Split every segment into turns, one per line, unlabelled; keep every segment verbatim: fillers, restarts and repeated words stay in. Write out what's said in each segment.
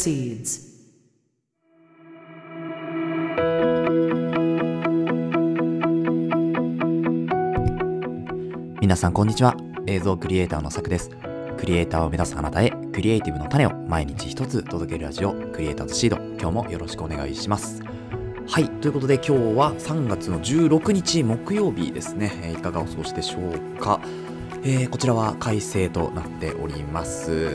proceeds.
皆さんこんにちは。映像クリエイターのさくです。クリエイターを目指すあなたへクリエイティブの種を毎日一つ届けるラジオクリエイターズシード、今日もよろしくお願いします。はい、ということで今日はさんがつのじゅうろくにち木曜日ですね、えー、いかがお過ごしでしょうか。えー、こちらは快晴となっております。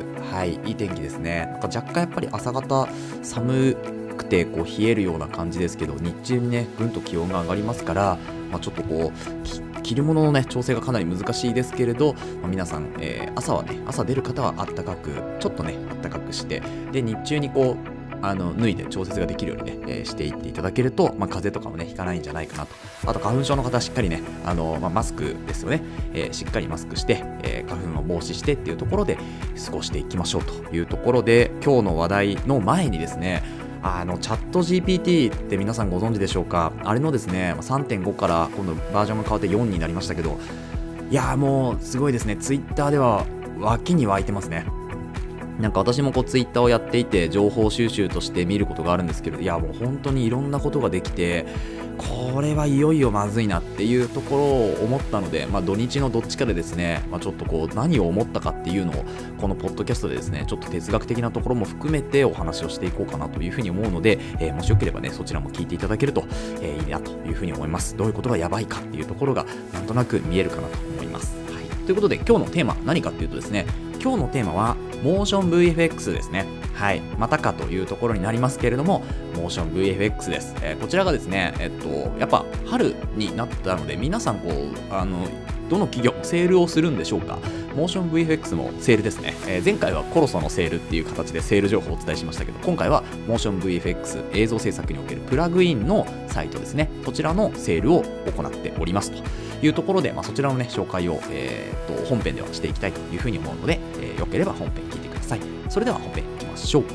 はい、いい天気ですね。なんか若干やっぱり朝方寒くてこう冷えるような感じですけど、日中にねぐんと気温が上がりますから、まあ、ちょっとこう着るもののね調整がかなり難しいですけれど、まあ、皆さん、えー、朝はね朝出る方はあったかくちょっとねあったかくして、で日中にこうあの脱いで調節ができるようにね、えー、していっていただけると、まあ、風邪とかもねひかないんじゃないかなと。あと花粉症の方はしっかりねあの、まあ、マスクですよね、えー、しっかりマスクして、えー、花粉を防止してっていうところで過ごしていきましょうというところで、今日の話題の前にですね、あのチャット ジーピーティー って皆さんご存知でしょうか。あれのですね さんてんご から今度バージョンが変わってよんになりましたけど、いやーもうすごいですね。ツイッターでは脇に湧いてますね。なんか私もこうツイッターをやっていて情報収集として見ることがあるんですけど、いやもう本当にいろんなことができて、これはいよいよまずいなっていうところを思ったので、まあ、土日のどっちかでですね、まあ、ちょっとこう何を思ったかっていうのをこのポッドキャストでですねちょっと哲学的なところも含めてお話をしていこうかなというふうに思うので、えー、もしよければねそちらも聞いていただけると、えー、いいなというふうに思います。どういうことがやばいかっていうところがなんとなく見えるかなと思います。はい、ということで今日のテーマ何かっていうとですね、今日のテーマはモーション ブイエフエックス ですね。はい、またかというところになりますけれども、モーション ブイエフエックス です。えー、こちらがですね、えっとやっぱ春になったので皆さんこうあのどの企業もセールをするんでしょうか。モーション ブイエフエックス もセールですね。えー、前回はコロソのセールっていう形でセール情報をお伝えしましたけど、今回はモーション ブイエフエックス 映像制作におけるプラグインのサイトですね。こちらのセールを行っておりますというところで、まあ、そちらのね紹介を、えー、と本編ではしていきたいというふうに思うので、えー、よければ本編聞いてください。それでは本編いきましょう。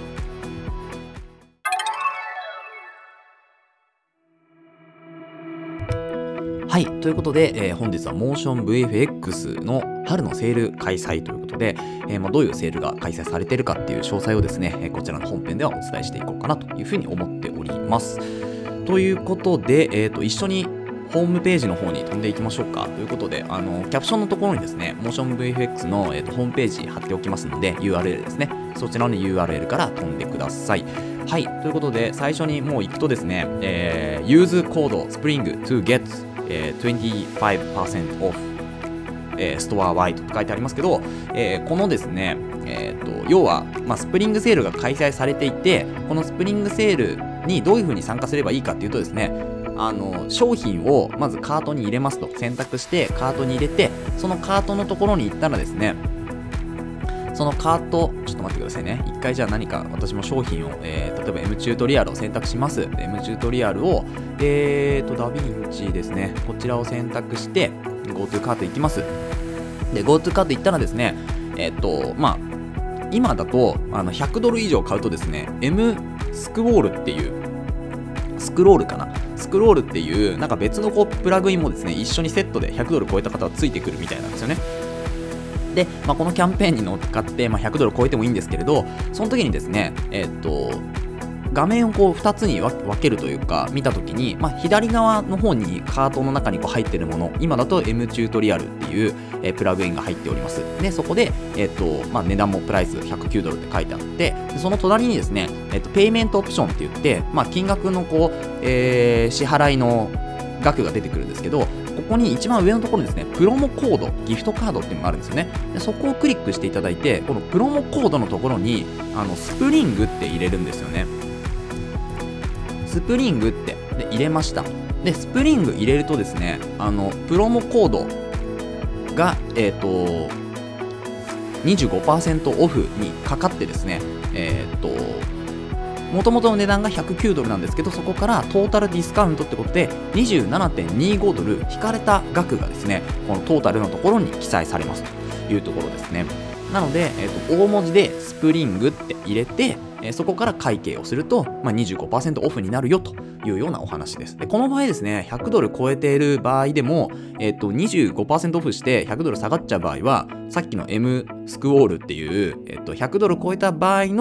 はい、ということで、えー、本日はモーション ブイエフエックス の春のセール開催ということで、えーまあ、どういうセールが開催されているかっていう詳細をですね、えー、こちらの本編ではお伝えしていこうかなというふうに思っております。ということで、えー、と一緒にホームページの方に飛んでいきましょうかということで、あのキャプションのところにですね、モーション ブイエフエックス の、えー、とホームページ貼っておきますので ユーアールエル ですね、そちらの ユーアールエル から飛んでください。はい、ということで最初にもう行くとですね、えー、Use コード スプリング to get、えー、にじゅうごパーセント オフ、えー、ストアワイドと書いてありますけど、えー、このですね、えー、と要は、まあ、スプリングセールが開催されていて、このスプリングセールにどういう風に参加すればいいかっていうとですね、あの商品をまずカートに入れますと選択してカートに入れて、そのカートのところに行ったらですね、そのカートちょっと待ってくださいね。一回じゃあ何か私も商品を、えー、例えば M チュートリアルを選択します。 M チュートリアルをえーとダヴィンチですね、こちらを選択して GoTo カート行きます。で GoTo カート行ったらですね、えっ、ー、とまあ今だとあのひゃくドル以上買うとですね M スクロールっていうスクロールかなスクロールっていうなんか別のこうプラグインもですね一緒にセットでひゃくドル超えた方はついてくるみたいなんですよね。で、まあ、このキャンペーンに乗っかって、まあ、ひゃくドル超えてもいいんですけれど、その時にですね、えー、っと画面をこうふたつに分けるというか見た時に、まあ、左側の方にカートの中にこう入っているもの、今だと M チュートリアルっていう、えー、プラグインが入っております。でそこで、えーっとまあ、値段もプライスひゃくきゅうドルって書いてあって、でその隣にですね、えーっとペイメントオプションって言って、まあ、金額のこう、えー、支払いの額が出てくるんですけど、ここに一番上のところにですねプロモコード、ギフトカードっていうのがあるんですよね。でそこをクリックしていただいて、このプロモコードのところにあのスプリングって入れるんですよね。スプリングってで入れました。でスプリング入れるとですね、あのプロモコードがえっと にじゅうごパーセント オフにかかってですね、えっと元々の値段がひゃくきゅうドルなんですけど、そこからトータルディスカウントってことで にじゅうななてんにじゅうごドル引かれた額がですね、このトータルのところに記載されますというところですね。なので、えー、と大文字でスプリングって入れて、えー、そこから会計をすると、まあ、にじゅうごパーセント オフになるよというようなお話です。でこの場合ですね、ひゃくドル超えている場合でも、えー、と にじゅうごパーセント オフしてひゃくドル下がっちゃう場合は、さっきの M スクウォールっていう、えー、とひゃくドル超えた場合の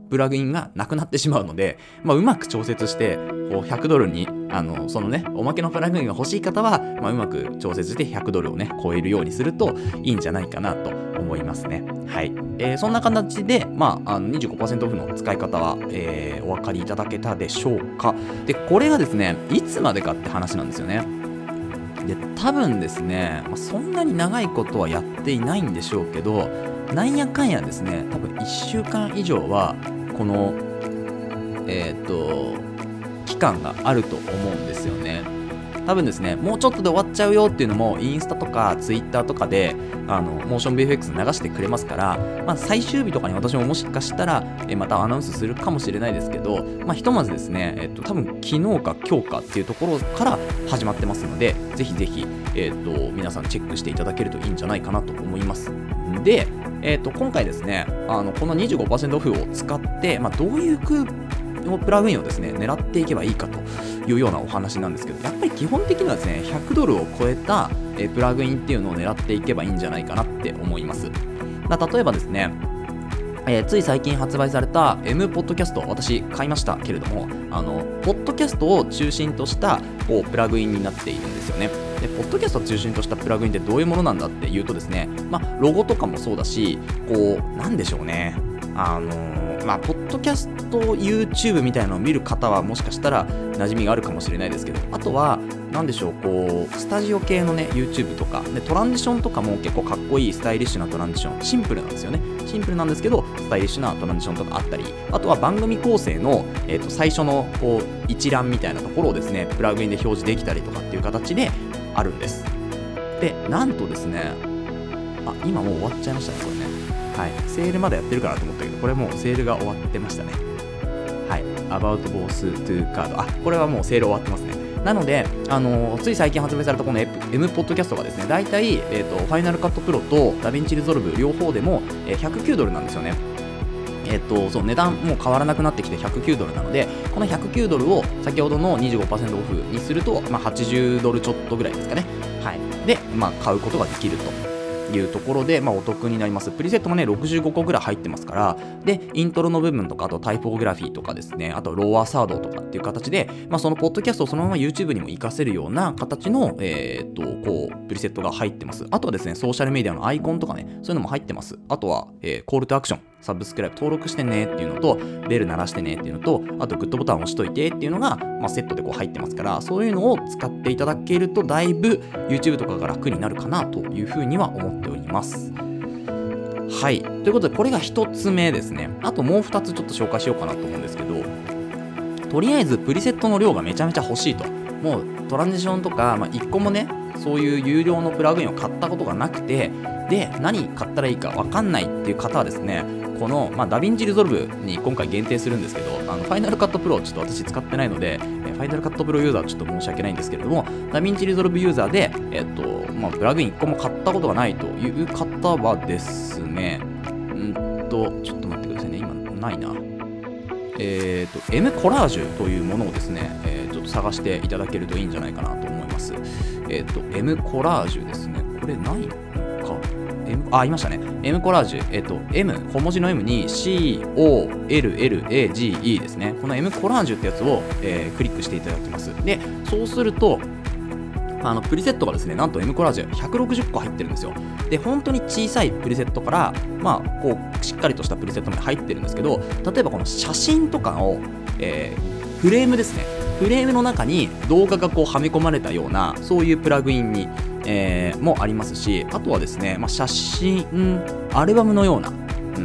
プラグインがなくなってしまうので、まあ、うまく調節してこうひゃくドルにあのそのねおまけのプラグインが欲しい方は、まあ、うまく調節してひゃくドルをね超えるようにするといいんじゃないかなと思いますね。はい、えー、そんな形で、まあ、あの にじゅうごパーセント オフの使い方は、えー、お分かりいただけたでしょうか。でこれがですねいつまでかって話なんですよね。で多分ですね、まあ、そんなに長いことはやっていないんでしょうけど、なんやかんやですね多分いっしゅうかん以上はこのえっと期間があると思うんですよね。多分ですねもうちょっとで終わっちゃうよっていうのもインスタとかツイッターとかであのモーション ブイエフエックス 流してくれますから、まあ、最終日とかに私ももしかしたらえまたアナウンスするかもしれないですけど、まあ、ひとまずですね、えっと、多分昨日か今日かっていうところから始まってますので、ぜひぜひ、えっと、皆さんチェックしていただけるといいんじゃないかなと思います。で、えっと、今回ですねあのこの にじゅうごパーセント オフを使って、まあ、どういうクープラグインをですね狙っていけばいいかというようなお話なんですけど、やっぱり基本的にはですねひゃくドルを超えたえプラグインっていうのを狙っていけばいいんじゃないかなって思います。だ例えばですね、えー、つい最近発売された M ポッドキャスト、私買いましたけれども、あのポッドキャストを中心としたこうプラグインになっているんですよね。でポッドキャストを中心としたプラグインってどういうものなんだっていうとですね、まあ、ロゴとかもそうだし、こうなんでしょうね、あのー、まあポッドキャスト YouTube みたいなのを見る方はもしかしたら馴染みがあるかもしれないですけど、あとはなんでしょう、こうスタジオ系のね YouTube とかでトランジションとかも結構かっこいいスタイリッシュなトランジション、シンプルなんですよね。シンプルなんですけどスタイリッシュなトランジションとかあったり、あとは番組構成の、えー、と最初のこう一覧みたいなところをですねプラグインで表示できたりとかっていう形であるんです。でなんとですね、あ今もう終わっちゃいましたねこれね。はい、セールまでやってるかなと思ったけど、これもうセールが終わってましたね。はい、About Boss to Card、あこれはもうセール終わってますね。なので、あのー、つい最近発売されたこの M ポッドキャストがですね、だいたい、えーと、Final Cut Pro と DaVinci Resolve 両方でも、えー、ひゃくきゅうドルなんですよね。えっと、そう値段もう変わらなくなってきてひゃくきゅうドルなので、このひゃくきゅうドルを先ほどの にじゅうごパーセント オフにすると、まあ、はちじゅうドルちょっとぐらいですかね。はい。で、まあ、買うことができるというところで、まあ、お得になります。プリセットもねろくじゅうごこぐらい入ってますから、でイントロの部分とか、あとタイポグラフィーとかですね、あとローアーサードとかっていう形で、まあ、そのポッドキャストをそのまま YouTube にも活かせるような形の、えー、っとこうプリセットが入ってます。あとはですねソーシャルメディアのアイコンとかね、そういうのも入ってます。あとは、えー、コールトアクション、サブスクライブ登録してねっていうのと、ベル鳴らしてねっていうのと、あとグッドボタンを押しといてっていうのが、まあ、セットでこう入ってますから、そういうのを使っていただけるとだいぶ YouTube とかが楽になるかなというふうには思っております。はい、ということでこれがひとつめですね。あともうふたつちょっと紹介しようかなと思うんですけど、とりあえずプリセットの量がめちゃめちゃ欲しいと、もうトランジションとか、まあ、いっこもねそういう有料のプラグインを買ったことがなくて、で何買ったらいいか分かんないっていう方はですね、この、まあ、DaVinci Resolve に今回限定するんですけど、あの Final Cut Pro ちょっと私使ってないので、え Final Cut Pro ユーザーはちょっと申し訳ないんですけれども、DaVinci Resolve ユーザーで、えっとまあ、プラグインいっこも買ったことがないという方はですね、んとちょっと待ってくださいね、今ないな。えー、と M コラージュというものをですね、えー、ちょっと探していただけるといいんじゃないかなと思います。えー、と M コラージュですね。これないのか、M、あ、いましたね。M コラージュ、えー、と M 小文字の M に シーオーエルエルエージーイー ですね。この M コラージュってやつを、えー、クリックしていただきます。でそうするとあのプリセットがですね、なんと M コラージュひゃくろくじゅっこ入ってるんですよ。で本当に小さいプリセットから、まあ、こうしっかりとしたプリセットまで入ってるんですけど、例えばこの写真とかを、えー、フレームですね、フレームの中に動画がこうはめ込まれたようなそういうプラグインに、えー、もありますし、あとはですね、まあ、写真アルバムのような、うん、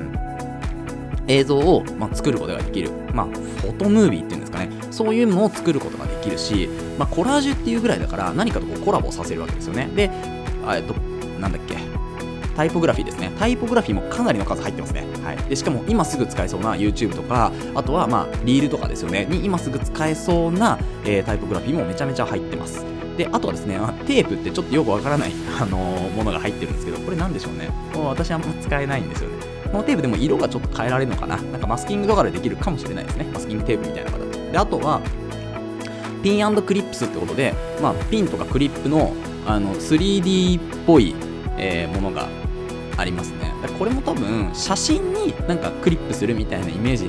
映像を、まあ、作ることができる、まあ、フォトムービーっていうんですかね、そういうのを作ることができるし、まあ、コラージュっていうぐらいだから何かとこうコラボさせるわけですよね。で、えっとなんだっけ、タイポグラフィーですね。タイポグラフィーもかなりの数入ってますね。はい。でしかも今すぐ使えそうな YouTube とか、あとはまあリールとかですよねに今すぐ使えそうな、えー、タイポグラフィーもめちゃめちゃ入ってます。であとはですね、テープってちょっとよくわからない、あのー、ものが入ってるんですけど、これなんでしょうね。もう私あんま使えないんですよね。このテープでも色がちょっと変えられるのかな、なんかマスキングとかでできるかもしれないですね。マスキングテープみたいな形で、あとはピン&クリップスってことで、まあ、ピンとかクリップの、あの スリーディー っぽい、えー、ものがありますね。これも多分写真になんかクリップするみたいなイメージ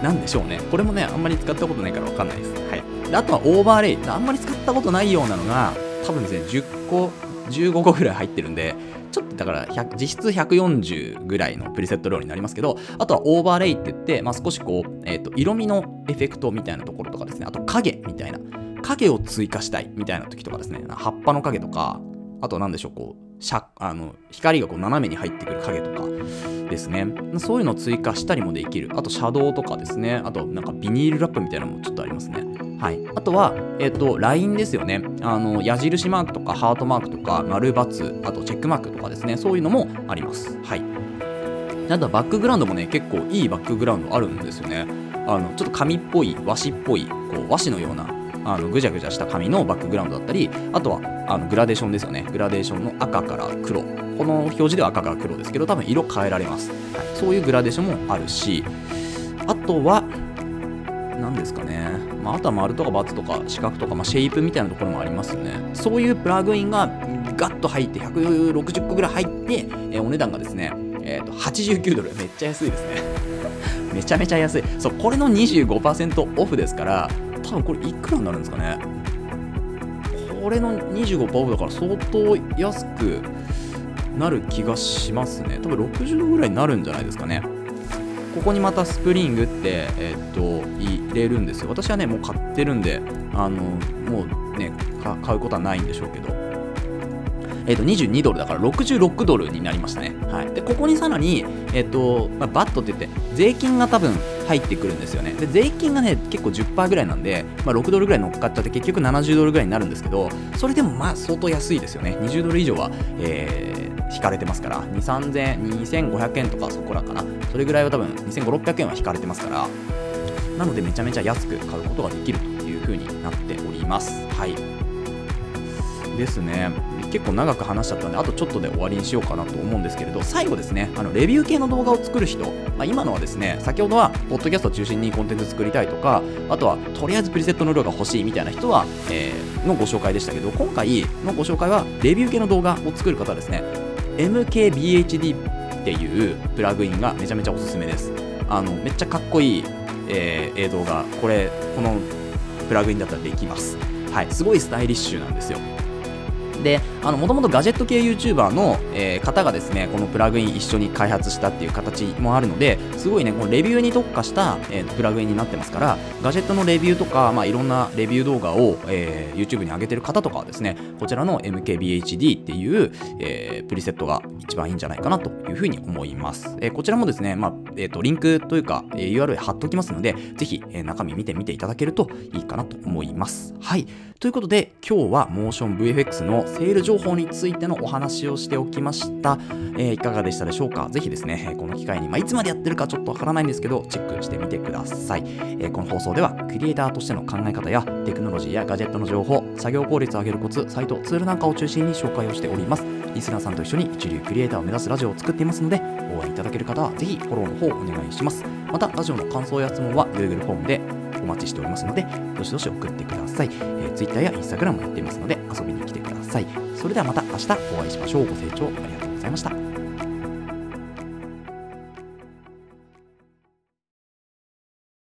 なんでしょうね。これもね、あんまり使ったことないからわかんないです。はい。であとはオーバーレイ。あんまり使ったことないようなのが、多分ですね、じゅっこ、じゅうごこぐらい入ってるんで、ちょっとだから実質ひゃくよんじゅうぐらいのプリセット量になりますけど、あとはオーバーレイって言って、まあ、少しこう、えっと、色味のエフェクトみたいなところとかですね、あと影みたいな、影を追加したいみたいな時とかですね、葉っぱの影とか、あとは何でしょう、こう、シャあの光がこう斜めに入ってくる影とかですね、そういうのを追加したりもできる。あとシャドウとかですね、あとなんかビニールラップみたいなのもちょっとありますね。はい。あとは、えっと、ライン ですよね。あの、矢印マークとかハートマークとか丸×、あとチェックマークとかですね、そういうのもあります。はい。あとはバックグラウンドもね、結構いいバックグラウンドあるんですよね。あの、ちょっと紙っぽい、和紙っぽい、こう和紙のような、あのぐじゃぐじゃした紙のバックグラウンドだったり、あとはあのグラデーションですよね。グラデーションの赤から黒。この表示では赤から黒ですけど、多分色変えられます。はい、そういうグラデーションもあるし、あとは、何ですかね。まあ、あとは丸とか×とか四角とか、まあ、シェイプみたいなところもありますね。そういうプラグインがガッと入ってひゃくろくじゅっこぐらい入って、えー、お値段がですね、えーと、はちじゅうきゅうドル。めっちゃ安いですね。めちゃめちゃ安い。そう、これの にじゅうごパーセント オフですから、多分これいくらになるんですかね。これの にじゅうごパーセント オフだから相当安くなる気がしますね。多分ろくじゅうドルぐらいになるんじゃないですかね。ここにまたスプリングって、えー、っと入れるんですよ。私はねもう買ってるんで、あのもうね買うことはないんでしょうけど、えー、とにじゅうにドルだからろくじゅうろくドルになりましたね。はい、でここにさらに、えーとまあ、バットって言って税金が多分入ってくるんですよね。で税金がね結構 じゅっパーセント ぐらいなんで、まあ、ろくドルぐらい乗っかっちゃって結局ななじゅうドルぐらいになるんですけど、それでもまあ相当安いですよね。にじゅうドル以上は、えー引かれてますから、にせんさんぜんえん、にせんごひゃくえんとかそこらかな。それぐらいは多分にせんごひゃく、ろっぴゃくえんは引かれてますから、なのでめちゃめちゃ安く買うことができるという風になっております。はい。ですね。結構長く話しちゃったんで、あとちょっとで終わりにしようかなと思うんですけれど、最後ですね、あのレビュー系の動画を作る人、まあ、今のはですね、先ほどはポッドキャストを中心にコンテンツ作りたいとか、あとはとりあえずプリセットの量が欲しいみたいな人は、えー、のご紹介でしたけど、今回のご紹介はレビュー系の動画を作る方ですね、エムケービーエイチディー っていうプラグインがめちゃめちゃおすすめです。あのめっちゃかっこいい、えー、映像がこれこのプラグインだったらできます。はい、すごいスタイリッシュなんですよ。で、あのもともとガジェット系 YouTuber の、えー、方がですね、このプラグイン一緒に開発したっていう形もあるので、すごいね、このレビューに特化した、えー、プラグインになってますから、ガジェットのレビューとか、まあ、いろんなレビュー動画を、えー、YouTube に上げてる方とかはですね、こちらの エムケービーエイチディー っていう、えー、プリセットが一番いいんじゃないかなというふうに思います。えー、こちらもですね、まあえー、とリンクというか、えー、ユーアールエル 貼っておきますので、ぜひ、えー、中身見てみていただけるといいかなと思います。はい。ということで、今日はモーション ブイエフエックス のセール情報についてのお話をしておきました。えー、いかがでしたでしょうか。ぜひですね、この機会に、まあ、いつまでやってるかちょっとわからないんですけど、チェックしてみてください。えー、この放送では、クリエイターとしての考え方や、テクノロジーやガジェットの情報、作業効率を上げるコツ、サイト、ツールなんかを中心に紹介をしております。リスナーさんと一緒に一流クリエイターを目指すラジオを作っていますので、応援いただける方はぜひフォローの方お願いします。また、ラジオの感想や質問は Google フォームでお待ちしておりますので、どしどし送ってください。えー、Twitter や Instagram もやっていますので、遊びに来てください。それではまた明日お会いしましょう。ご清聴ありがとうございました。